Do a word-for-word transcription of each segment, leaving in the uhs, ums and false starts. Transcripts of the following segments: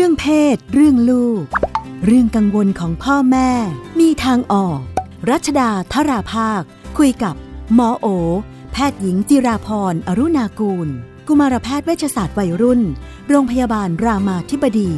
รื่องเพศเรื่องลูกเรื่องกังวลของพ่อแม่มีทางออกรัชดาธราภาคคุยกับหมอโอแพทย์หญิงจิราพรอรุณากูลกุมารแพทย์เวชศาสตร์วัยรุ่นโรงพยาบาลรามาธิบดี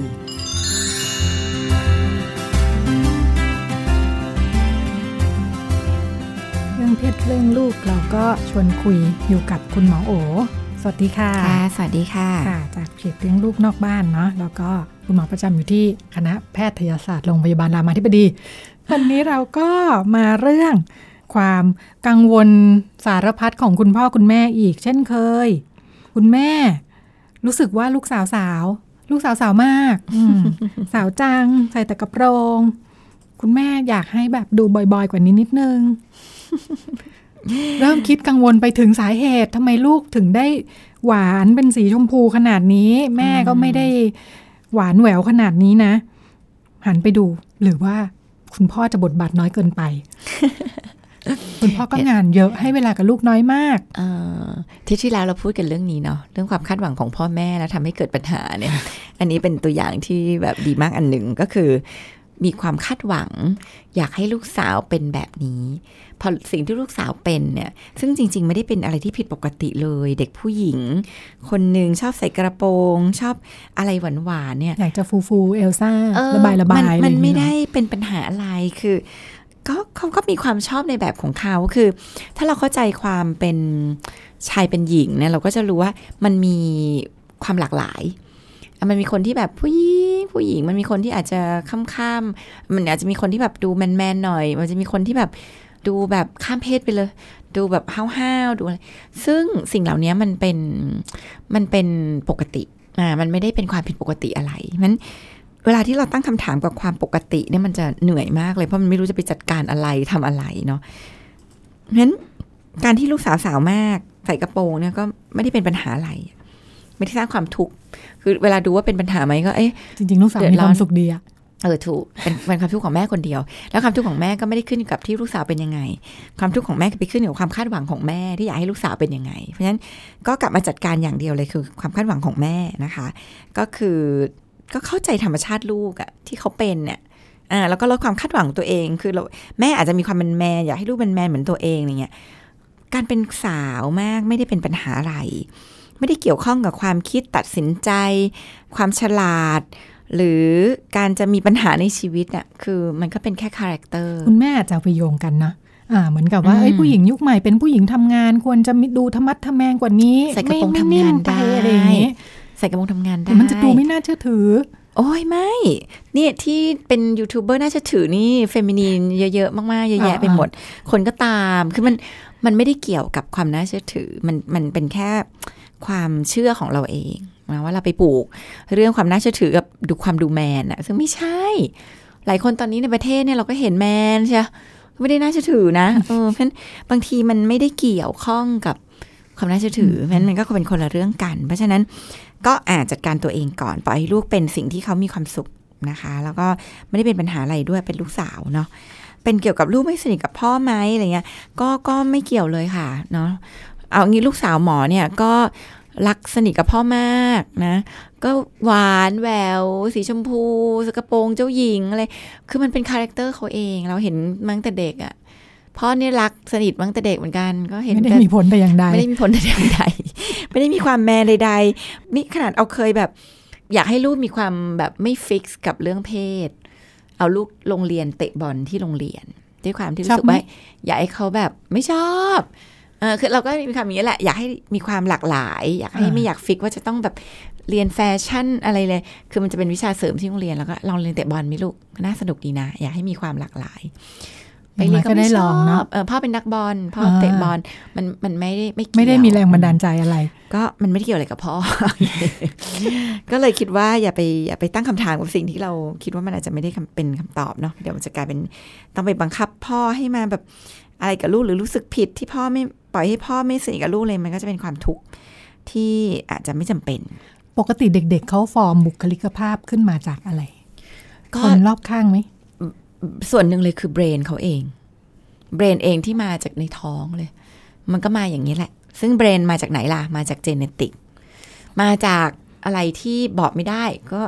เรื่องเพศเรื่องลูกเราก็ชวนคุยอยู่กับคุณหมอโอสวัสดีค่ะค่ะสวัสดีค่ะค่ะจากเพจเลี้ยงลูกนอกบ้านเนาะแล้วก็คุณหมอประจำอยู่ที่คณะแพทยศาสตร์โรงพยาบาลรามาธิบดีวันนี้เราก็มาเรื่องความกังวลสารพัดของคุณพ่อคุณแม่อีกเช่นเคยคุณแม่รู้สึกว่าลูกสาวสาวลูกสาวสาวมาก สาวจังใส่แต่กระโปรงคุณแม่อยากให้แบบดูบ่อยๆกว่านี้นิดนึง เริ่มคิดกังวลไปถึงสาเหตุทำไมลูกถึงได้หวานเป็นสีชมพูขนาดนี้แม่ก็ไม่ได้หวานแหววขนาดนี้นะหันไปดูหรือว่าคุณพ่อจะบทบาทน้อยเกินไป คุณพ่อก็งานเยอะให้เวลากับลูกน้อยมากที่ที่แล้วเราพูดกันเรื่องนี้เนาะเรื่องความคาดหวังของพ่อแม่แล้วทำให้เกิดปัญหาเนี่ย อันนี้เป็นตัวอย่างที่แบบดีมากอันหนึ่งก็คือมีความคาดหวังอยากให้ลูกสาวเป็นแบบนี้พอสิ่งที่ลูกสาวเป็นเนี่ยซึ่งจริงๆไม่ได้เป็นอะไรที่ผิดปกติเลยเด็กผู้หญิงคนหนึ่งชอบใส่กระโปรงชอบอะไรหวานๆเนี่ยอยากจะฟูฟูเอลซ่าระบายระบายอะไรมันไม่ได้เป็นปัญหาอะไรคือก็เขาก็มีความชอบในแบบของเขาคือถ้าเราเข้าใจความเป็นชายเป็นหญิงเนี่ยเราก็จะรู้ว่ามันมีความหลากหลายมันมีคนที่แบบผู้หญิงผู้หญิงมันมีคนที่อาจจะค่ำๆมันอาจจะมีคนที่แบบดูแมนๆหน่อยมันจะมีคนที่แบบดูแบบข้ามเพศไปเลยดูแบบห้าวๆดูอะไรซึ่งสิ่งเหล่านี้มันเป็นมันเป็นปกติอ่ามันไม่ได้เป็นความผิดปกติอะไรมันเวลาที่เราตั้งคำถามกับความปกติเนี่ยมันจะเหนื่อยมากเลยเพราะมันไม่รู้จะไปจัดการอะไรทำอะไรเนาะเพราะฉะนั้นการที่ลูกสาวสาวมากใส่กระโปรงเนี่ยก็ไม่ได้เป็นปัญหาอะไรไม่ได้สร้างความทุกข์คือเวลาดูว่าเป็นปัญหาไหมก็เอ๊ะจริงๆลูกสาวมีความสุขดีอะเออถูกเป็นเป็นความทุกข์ของแม่คนเดียวแล้วความทุกข์ของแม่ก็ไม่ได้ขึ้นกับที่ลูกสาวเป็นยังไงความทุกข์ของแม่ก็ไปขึ้นกับความคาดหวังของแม่ที่อยากให้ลูกสาวเป็นยังไงเพราะฉะนั้นก็กลับมาจัดการอย่างเดียวเลยคือความคาดหวังของแม่นะคะก็คือก็เข้าใจธรรมชาติลูกอะที่เขาเป็นเนี่ยอ่าแล้วก็ลดความคาดหวังตัวเองคือเราแม่อาจจะมีความเป็นแมนอยากให้ลูกเป็นแมนเหมือนตัวเองอย่างเงี้ยการเป็นสาวมากไม่ได้เป็นปัญหาอะไรไม่ได้เกี่ยวข้องกับความคิดตัดสินใจความฉลาดหรือการจะมีปัญหาในชีวิตอ่ะคือมันก็เป็นแค่คาแรคเตอร์คุณแม่จะไปโยงกันนะอ่าเหมือนกับว่าเอ้ยผู้หญิงยุคใหม่เป็นผู้หญิงทำงานควรจะดูธรรมัดทะแมงกว่านี้ใส่กระโปรงทำงานได้อะไรอย่างงี้ใส่กระโปรงทำงานได้มันจะดูไม่น่าเชื่อถือโอ้ยไม่เนี่ยที่เป็นยูทูบเบอร์น่าเชื่อถือนี่เฟมินีนเยอะๆมากๆเยอะแยะไปหมดคนก็ตามคือมันมันไม่ได้เกี่ยวกับความน่าเชื่อถือมันมันเป็นแค่ความเชื่อของเราเองนะว่าเราไปปลูกเรื่องความน่าเชื่อถือกับดูความดูแมนอะซึ่งไม่ใช่หลายคนตอนนี้ในประเทศเนี่ยเราก็เห็นแมนใช่ไม่ได้น่าเชื่อถือนะเออเพราะฉะนั้นบางทีมันไม่ได้เกี่ยวข้องกับความน่าเชื่อถือเพราะฉะนั้นมันก็เป็นคนละเรื่องกันเพราะฉะนั้นก็อาจจัดการตัวเองก่อนปล่อยให้ลูกเป็นสิ่งที่เขามีความสุขนะคะแล้วก็ไม่ได้เป็นปัญหาอะไรด้วยเป็นลูกสาวเนาะเป็นเกี่ยวกับลูกไม่สนิทกับพ่อไหมอะไรเงี้ยก็ก็ไม่เกี่ยวเลยค่ะเนาะเอางี้ลูกสาวหมอเนี่ยก็รักสนิทกับพ่อมากนะก็หวานแหววสีชมพูสกระโปรงเจ้าหญิงอะไรคือมันเป็นคาแรคเตอร์เขาเองเราเห็นมาตั้งแต่เด็กอ่ะพ่อเนี่ยรักสนิทมาตั้งแต่เด็กเหมือนกันก็เห็นไม่ได้มีผลแต่อย่างใดไม่ได้มีผลแต่อย่างใดไม่ได้มีความแมนใดๆนี่ขนาดเอาเคยแบบอยากให้ลูกมีความแบบไม่ฟิกซ์กับเรื่องเพศเอาลูกโรงเรียนเตะบอลที่โรงเรียนด้วยความที่รู้สึกว่าอยากให้เขาแบบไม่ชอบเออคือเราก็มีความอย่างนี้แหละอยากให้มีความหลากหลายอยากให้ไม่อยากฟิกว่าจะต้องแบบเรียนแฟชั่นอะไรเลยคือมันจะเป็นวิชาเสริมที่โรงเรียนแล้วก็ลองเรียนเตะบอลไหมลูกน่าสนุกดีนะอยากให้มีความหลากหลายไปเรียนก็ไม่ชอบเนาะเออพ่อเป็นนักบอลพ่อเตะบอลมันมันไม่ได้ไม่ไม่ได้มีแรงบันดาลใจอะไรก็มันไม่ได้เกี่ยวอะไรกับพ่อ ก็เลยคิดว่าอย่าไปอย่าไปตั้งคำถามกับสิ่งที่เราคิดว่ามันอาจจะไม่ได้เป็นคำตอบเนาะเดี๋ยวมันจะกลายเป็นต้องไปบังคับพ่อให้มาแบบอะไรกับลูกหรือรู้สึกผิดที่พ่อไม่ปล่อยให้พ่อไม่สนิทกับลูกเลยมันก็จะเป็นความทุกข์ที่อาจจะไม่จำเป็นปกติเด็กๆเขาฟอร์มบุคลิกภาพขึ้นมาจากอะไรคนรอบข้างไหมส่วนหนึ่งเลยคือเบรนเขาเองเบรนเองที่มาจากในท้องเลยมันก็มาอย่างนี้แหละซึ่งเบรนมาจากไหนล่ะมาจากเจเนติกมาจากอะไรที่บอกไม่ได้ก็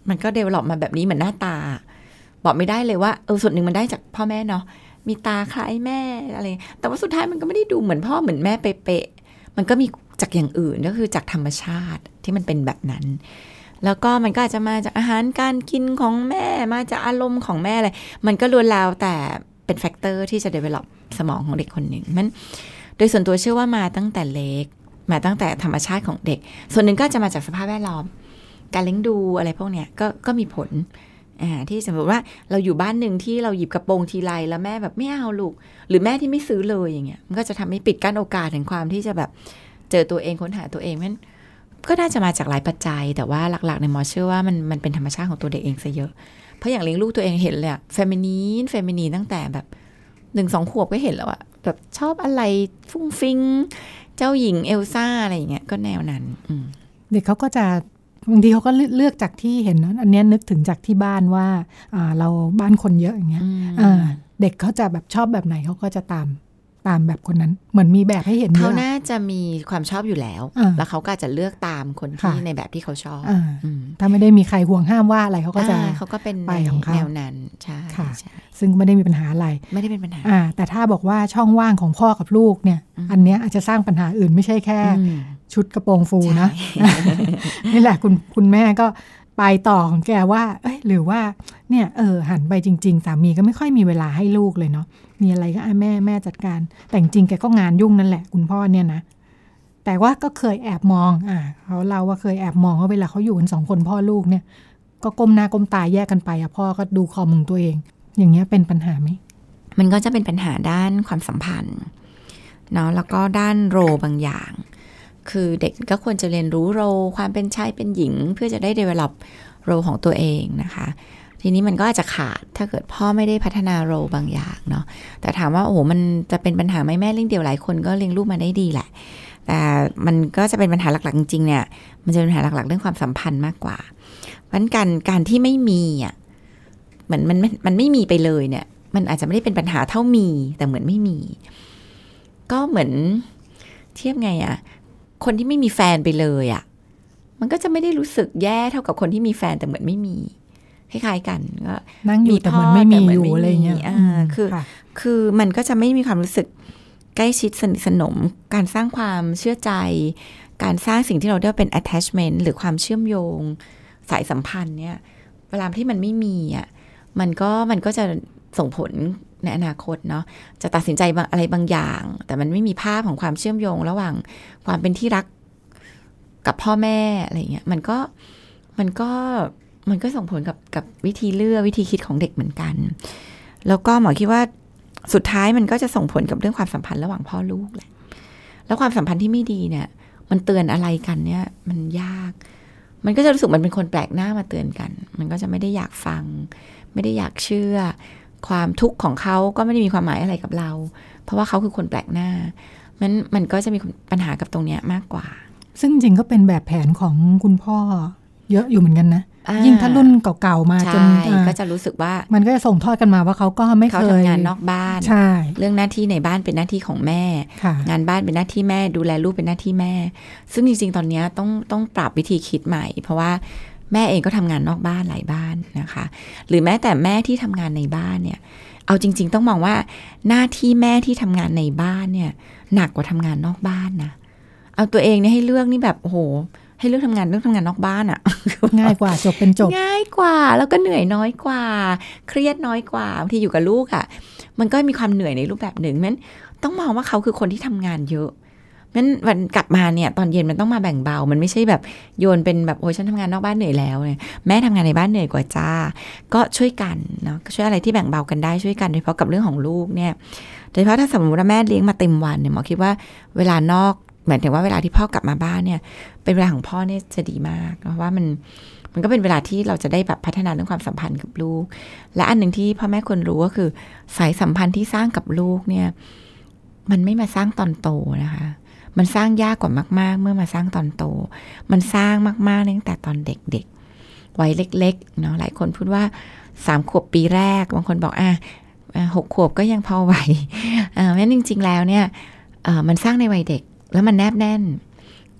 มันก็เดเวลลอปมาแบบนี้เหมือนหน้าตาบอกไม่ได้เลยว่าเออส่วนหนึ่งมันได้จากพ่อแม่เนาะมีตาคล้ายแม่อะไรแต่ว่าสุดท้ายมันก็ไม่ได้ดูเหมือนพ่อเหมือนแม่เป๊ะๆมันก็มีจากอย่างอื่นก็คือจากธรรมชาติที่มันเป็นแบบนั้นแล้วก็มันก็อาจจะมาจากอาหารการกินของแม่มาจากอารมณ์ของแม่อะไรมันก็ล้วนแล้วแต่เป็นแฟกเตอร์ที่จะ develop สมองของเด็กคนหนึ่งมันโดยส่วนตัวเชื่อว่ามาตั้งแต่เล็กมาตั้งแต่ธรรมชาติของเด็กส่วนหนึ่งก็จะมาจากสภาพแวดล้อมการเลี้ยงดูอะไรพวกเนี้ยก็ก็มีผลอ่าที่สมมติว่าเราอยู่บ้านหนึ่งที่เราหยิบกระโปรงทีไรแล้วแม่แบบไม่เอาลูกหรือแม่ที่ไม่ซื้อเลยอย่างเงี้ยมันก็จะทำให้ปิดกั้นโอกาสแห่งความที่จะแบบเจอตัวเองค้นหาตัวเองมันก็น่าจะมาจากหลายปัจจัยแต่ว่าหลักๆในหมอเชื่อว่ามันมันเป็นธรรมชาติของตัวเด็กเองซะเยอะเพราะอย่างเลี้ยงลูกตัวเองเห็นเลยอะเฟมินีนเฟมินีนตั้งแต่แบบหนึ่งสองขวบก็เห็นแล้วอะแบบชอบอะไรฟุ้งฟิงเจ้าหญิงเอลซ่าอะไรอย่างเงี้ยก็แนวนั้นเด็กเขาก็จะบางทีเขาก็เลือกจากที่เห็นนะอันนี้นึกถึงจากที่บ้านว่าเราบ้านคนเยอะอย่างเงี้ยเด็กเขาจะแบบชอบแบบไหนเขาก็จะตามตามแบบคนนั้นเหมือนมีแบบให้เห็นเขาน่าจะมีความชอบอยู่แล้วแล้วเขาก็จะเลือกตามคนที่ในแบบที่เขาชอบถ้าไม่ได้มีใครห่วงห้ามว่าอะไรเขาก็จะเขาก็เป็นไปของเขาแนวนั้นใช่ซึ่งไม่ได้มีปัญหาอะไรไม่ได้เป็นปัญหาแต่ถ้าบอกว่าช่องว่างของพ่อกับลูกเนี่ยอันเนี้ยอาจจะสร้างปัญหาอื่นไม่ใช่แค่ชุดกระโปรงฟูนะนี่แหละคุณคุณแม่ก็ไปต่อของแกว่าเอ้ยหรือว่าเนี่ยเออหันไปจริงๆสามีก็ไม่ค่อยมีเวลาให้ลูกเลยเนาะมีอะไรก็แม่แม่จัดการแต่จริงแกก็งานยุ่งนั่นแหละคุณพ่อเนี่ยนะแต่ว่าก็เคยแอบมองอ่าเขาเล่าว่าเคยแอบมองว่าเวลาเขาอยู่กันสองคนพ่อลูกเนี่ยก็ก้มหน้าก้มตาแยกกันไปอ่ะพ่อก็ดูคอมของตัวเองอย่างเงี้ยเป็นปัญหาไหมมันก็จะเป็นปัญหาด้านความสัมพันธ์เนาะแล้วก็ด้านโรบางอย่างคือเด็กก็ควรจะเรียนรู้โรความเป็นชายเป็นหญิงเพื่อจะได้ develop โรของตัวเองนะคะทีนี้มันก็อาจจะขาดถ้าเกิดพ่อไม่ได้พัฒนาโรบางอย่างเนาะแต่ถามว่าโอ้โหมันจะเป็นปัญหาไหมแม่เลี้ยงเดี่ยวหลายคนก็เลี้ยงลูกมาได้ดีแหละแต่มันก็จะเป็นปัญหาหลักๆจริงๆเนี่ยมันจะเป็นปัญหาหลักๆเรื่องความสัมพันธ์มากกว่าเพราะการการที่ไม่มีอ่ะเหมือนมันมันไม่มีไปเลยเนี่ยมันอาจจะไม่ได้เป็นปัญหาเท่ามีแต่เหมือนไม่มีก็เหมือนเทียบไงอ่ะคนที่ไม่มีแฟนไปเลยอ่ะมันก็จะไม่ได้รู้สึกแย่เท่ากับคนที่มีแฟนแต่เหมือนไม่มีคล้ายๆกันก็นั่งอยู่แต่เหมือนไม่มีอยู่อะไรเงี้ยคือคือมันก็จะไม่มีความรู้สึกใกล้ชิดสนิทสนมการสร้างความเชื่อใจการสร้างสิ่งที่เราเรียกเป็น attachment หรือความเชื่อมโยงสายสัมพันธ์เนี่ยเวลาที่มันไม่มีอ่ะมันก็มันก็จะส่งผลในอนาคตเนาะจะตัดสินใจอะไรบางอย่างแต่มันไม่มีภาพของความเชื่อมโยงระหว่างความเป็นที่รักกับพ่อแม่อะไรเงี้ยมันก็มันก็มันก็ส่งผลกับกับวิธีเลือกวิธีคิดของเด็กเหมือนกันแล้วก็หมอคิดว่าสุดท้ายมันก็จะส่งผลกับเรื่องความสัมพันธ์ระหว่างพ่อลูกแหละแล้วความสัมพันธ์ที่ไม่ดีเนี่ยมันเตือนอะไรกันเนี่ยมันยากมันก็จะรู้สึกมันเป็นคนแปลกหน้ามาเตือนกันมันก็จะไม่ได้อยากฟังไม่ได้อยากเชื่อความทุกข์ของเขาก็ไม่ได้มีความหมายอะไรกับเราเพราะว่าเขาคือคนแปลกหน้ามันมันก็จะมีปัญหากับตรงเนี้ยมากกว่าซึ่งจริงก็เป็นแบบแผนของคุณพ่อเยอะอยู่เหมือนกันนะยิ่งถ้ารุ่นเก่าๆมาจนก็จะรู้สึกว่ามันก็จะส่งทอดกันมาว่าเขาก็ไม่เคยเขาทำงานนอกบ้านใช่เรื่องหน้าที่ในบ้านเป็นหน้าที่ของแม่งานบ้านเป็นหน้าที่แม่ดูแลลูกเป็นหน้าที่แม่ซึ่งจริงๆตอนนี้ต้องต้องปรับวิธีคิดใหม่เพราะว่าแม่เองก็ทำงานนอกบ้านหลายบ้านนะคะหรือแม้แต่แม่ที่ทำงานในบ้านเนี่ยเอาจริงๆต้องมองว่าหน้าที่แม่ที่ทำงานในบ้านเนี่ยหนักกว่าทำงานนอกบ้านนะเอาตัวเองเนี่ยให้เลือกนี่แบบโอ้โหให้เลือกทำงานเลือกทำงานนอกบ้านอะง่ายกว่าจบเป็นจบง่ายกว่าแล้วก็เหนื่อยน้อยกว่าเครียดน้อยกว่าบางทีอยู่กับลูกอะมันก็มีความเหนื่อยในรูปแบบหนึ่งมันต้องมองว่าเขาคือคนที่ทำงานเยอะนั้นวันกลับมาเนี่ยตอนเย็นมันต้องมาแบ่งเบามันไม่ใช่แบบโยนเป็นแบบโอ้ยฉันทำงานนอกบ้านเหนื่อยแล้วเนี่ยแม่ทำงานในบ้านเหนื่อยกว่าจ้าก็ช่วยกันเนาะช่วยอะไรที่แบ่งเบากันได้ช่วยกันโดยเฉพาะกับเรื่องของลูกเนี่ยโดยเฉพาะถ้าสมมติว่าแม่เลี้ยงมาเต็มวันเนี่ยหมอคิดว่าเวลานอกหมายถึงว่าเวลาที่พ่อกลับมาบ้านเนี่ยเป็นเวลาของพ่อเนี่ยจะดีมากเพราะว่ามันมันก็เป็นเวลาที่เราจะได้แบบพัฒนาเรื่องความสัมพันธ์กับลูกและอันหนึ่งที่พ่อแม่ควรรู้ก็คือสายสัมพันธ์ที่สร้างกับลูกเนี่ยมันไม่มาสร้างตอนโตนะคะมันสร้างยากกว่ามากๆเมื่อมาสร้างตอนโตมันสร้างมากๆตั้งแต่ตอนเด็กๆวัยเล็กๆเนาะหลายคนพูดว่าสามขวบปีแรกบางคนบอกอ่ะหกขวบก็ยังพอไหวอ่าแม้จริงๆแล้วเนี่ยมันสร้างในวัยเด็กแล้วมันแนบแน่น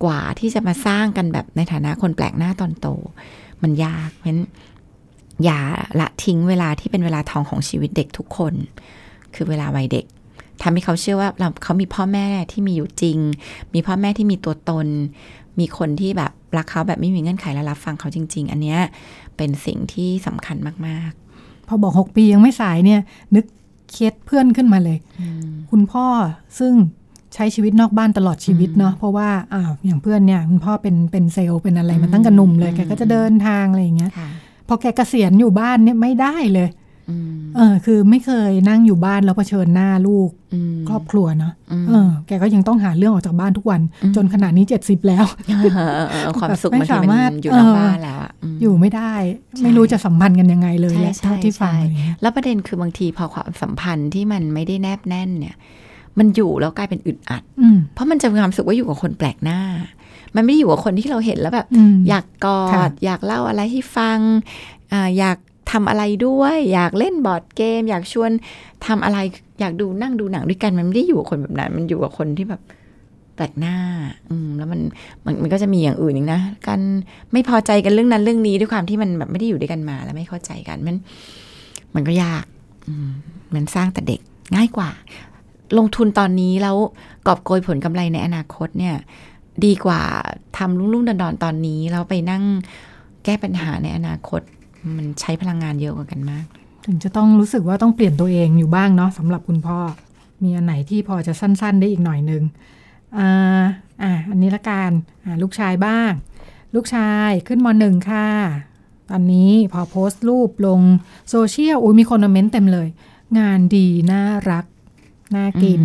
กว่าที่จะมาสร้างกันแบบในฐานะคนแปลกหน้าตอนโตมันยากเพราะฉะนั้นอย่าละทิ้งเวลาที่เป็นเวลาทองของชีวิตเด็กทุกคนคือเวลาวัยเด็กทำให้เขาเชื่อว่าเราเขามีพ่อแม่ที่มีอยู่จริงมีพ่อแม่ที่มีตัวตนมีคนที่แบบรักเขาแบบไม่มีเงื่อนไขและรับฟังเขาจริงๆอันเนี้ยเป็นสิ่งที่สำคัญมากๆพอบอกหกปียังไม่สายเนี่ยนึกเคสเพื่อนขึ้นมาเลยคุณพ่อซึ่งใช้ชีวิตนอกบ้านตลอดชีวิตเนาะเพราะว่าอ่าอย่างเพื่อนเนี่ยคุณพ่อเป็นเป็นเซลล์เป็นอะไรมาตั้งแต่หนุ่มเลยแกก็จะเดินทางอะไรอย่างเงี้ยพอแกเกษียณอยู่บ้านเนี่ยไม่ได้เลยเออคือไม่เคยนั่งอยู่บ้านแล้วเผชิญหน้าลูกครอบครัวเนาะเออแกก็ยังต้องหาเรื่องออกจากบ้านทุกวันจนขนาดนี้เจ็ดสิบแล้วความสุขมันสามารถอยู่นอกบ้านแล้วอยู่ไม่ได้ไม่รู้จะสัมพันธ์กันยังไงเลยแหละเท่าที่ฟังแล้วประเด็นคือบางทีพอความสัมพันธ์ที่มันไม่ได้แนบแน่นเนี่ยมันอยู่แล้วกลายเป็นอึดอัดเพราะมันจะมีความรู้สึกว่าอยู่กับคนแปลกหน้ามันไม่ได้อยู่กับคนที่เราเห็นแล้วแบบอยากกอดอยากเล่าอะไรให้ฟังอ่าอยากทำอะไรด้วยอยากเล่นบอร์ดเกมอยากชวนทำอะไรอยากดูนั่งดูหนังด้วยกันมันไม่ได้อยู่กับคนแบบนั้นมันอยู่กับคนที่แบบแปลกหน้าอืมแล้วมันมันมันก็จะมีอย่างอื่นอีกนะกันไม่พอใจกันเรื่องนั้นเรื่องนี้ด้วยความที่มันแบบไม่ได้อยู่ด้วยกันมาแล้วไม่เข้าใจกันมันมันก็ยากอืมมันสร้างแต่เด็กง่ายกว่าลงทุนตอนนี้แล้วกอบโกยผลกำไรในอนาคตเนี่ยดีกว่าทำลุ่งๆดอนๆตอนนี้แล้วไปนั่งแก้ปัญหาในอนาคตมันใช้พลังงานเยอะกว่ากันมากถึงจะต้องรู้สึกว่าต้องเปลี่ยนตัวเองอยู่บ้างเนาะสำหรับคุณพ่อมีอันไหนที่พอจะสั้นๆได้อีกหน่อยนึงอ่าอ่าอันนี้ละกันอ่าลูกชายบ้างลูกชายขึ้นม.หนึ่งค่ะตอนนี้พอโพสต์รูปลงโซเชียลอุ้ยมีคนมาเม้นต์เต็มเลยงานดีน่ารักน่ากิน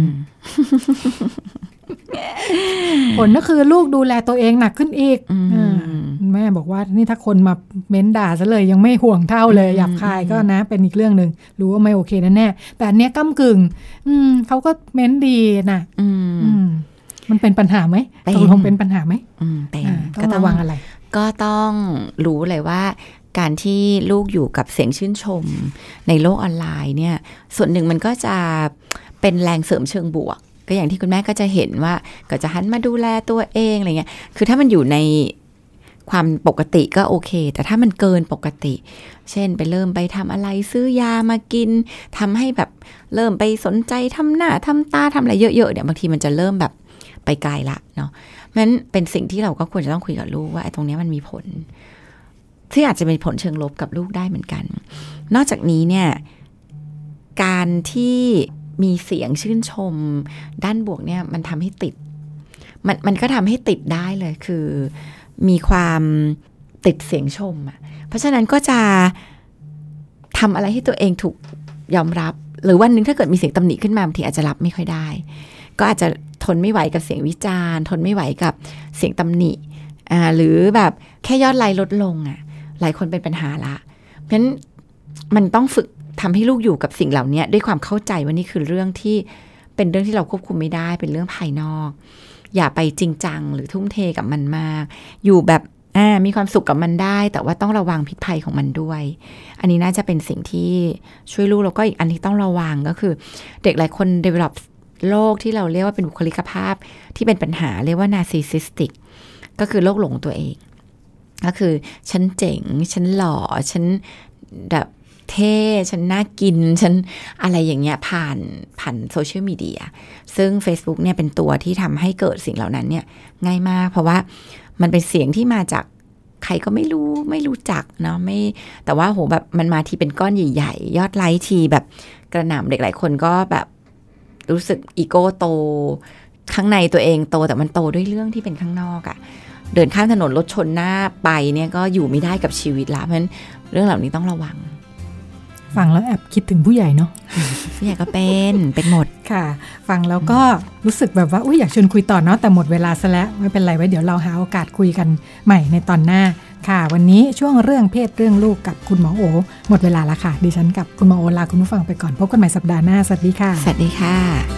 ผลก็คือลูกดูแลตัวเองหนักขึ้นอีกแม่บอกว่านี่ถ้าคนมาเม้นด่าซะเลยยังไม่ห่วงเท่าเลยหยาบคายก็นะเป็นอีกเรื่องนึงรู้ว่าไม่โอเคแน่ๆแต่อันเนี้ยก้ำกึ่งเขาก็เม้นดีนะมันเป็นปัญหาไหมตกลงเป็นปัญหาไหมต้องระวังอะไรก็ต้องรู้เลยว่าการที่ลูกอยู่กับเสียงชื่นชมในโลกออนไลน์เนี่ยส่วนหนึ่งมันก็จะเป็นแรงเสริมเชิงบวกก็อย่างที่คุณแม่ก็จะเห็นว่าก็จะหันมาดูแลตัวเองอะไรเงี้ยคือถ้ามันอยู่ในความปกติก็โอเคแต่ถ้ามันเกินปกติเช่นไปเริ่มไปทำอะไรซื้อยามากินทำให้แบบเริ่มไปสนใจทำหน้าทำตาทำอะไรเยอะๆเนี่ยบางทีมันจะเริ่มแบบไปไกลละเนาะเพราะฉะนั้นเป็นสิ่งที่เราก็ควรจะต้องคุยกับลูกว่าไอ้ตรงนี้มันมีผลที่อาจจะเป็นผลเชิงลบกับลูกได้เหมือนกันนอกจากนี้เนี่ยการที่มีเสียงชื่นชมด้านบวกเนี่ยมันทำให้ติดมันมันก็ทำให้ติดได้เลยคือมีความติดเสียงชมอ่ะเพราะฉะนั้นก็จะทำอะไรให้ตัวเองถูกยอมรับหรือวันนึงถ้าเกิดมีเสียงตำหนิขึ้นมาบางทีอาจจะรับไม่ค่อยได้ก็อาจจะทนไม่ไหวกับเสียงวิจารณ์ทนไม่ไหวกับเสียงตำหนิอ่าหรือแบบแค่ยอดไลค์ลดลงอ่ะหลายคนเป็นปัญหาละเพราะฉะนั้นมันต้องฝึกทำให้ลูกอยู่กับสิ่งเหล่านี้ด้วยความเข้าใจว่านี่คือเรื่องที่เป็นเรื่องที่เราควบคุมไม่ได้เป็นเรื่องภายนอกอย่าไปจริงจังหรือทุ่มเทกับมันมากอยู่แบบอ่ามีความสุขกับมันได้แต่ว่าต้องระวังพิษภัยของมันด้วยอันนี้น่าจะเป็นสิ่งที่ช่วยลูกแล้วก็อีกอันที่ต้องระวังก็คือเด็กหลายคน develop โรคที่เราเรียกว่าเป็นบุคลิกภาพที่เป็นปัญหาเรียกว่า narcissistic ก็คือโรคหลงตัวเองก็คือฉันเจ๋งฉันหล่อฉันแบบเท่ฉันน่ากินฉันอะไรอย่างเงี้ยผ่านผ่านโซเชียลมีเดียซึ่ง Facebook เนี่ยเป็นตัวที่ทำให้เกิดสิ่งเหล่านั้นเนี่ยง่ายมากเพราะว่ามันเป็นเสียงที่มาจากใครก็ไม่รู้ไม่รู้จักเนาะไม่แต่ว่าโหแบบมันมาทีเป็นก้อนใหญ่ๆยอดไลค์ทีแบบกระหน่ำเด็กหลายคนก็แบบรู้สึกอีโก้โตข้างในตัวเองโตแต่มันโตด้วยเรื่องที่เป็นข้างนอกอะเดินข้ามถนนรถชนหน้าไปเนี่ยก็อยู่ไม่ได้กับชีวิตละเพราะฉะนั้นเรื่องเหล่านี้ต้องระวังฟังแล้วแอบคิดถึงผู้ใหญ่เนาะผู้ใหญ่ก็เป็นเป็นหมดค่ะฟังแล้วก็รู้สึกแบบว่าอุ๊ยอยากชวนคุยต่อเนาะแต่หมดเวลาซะแล้วไม่เป็นไรไว้เดี๋ยวเราหาโอกาสคุยกันใหม่ในตอนหน้าค่ะวันนี้ช่วงเรื่องเพศเรื่องลูกกับคุณหมอโอหมดเวลาแล้วค่ะดิฉันกับคุณหมอโอลาคุณผู้ฟังไปก่อนพบกันใหม่สัปดาห์หน้าสวัสดีค่ะสวัสดีค่ะ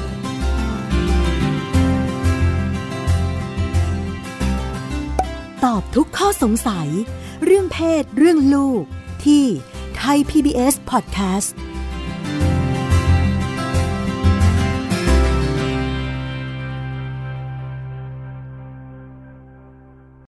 ตอบทุกข้อสงสัยเรื่องเพศเรื่องลูกที่ไทย พี บี เอส Podcast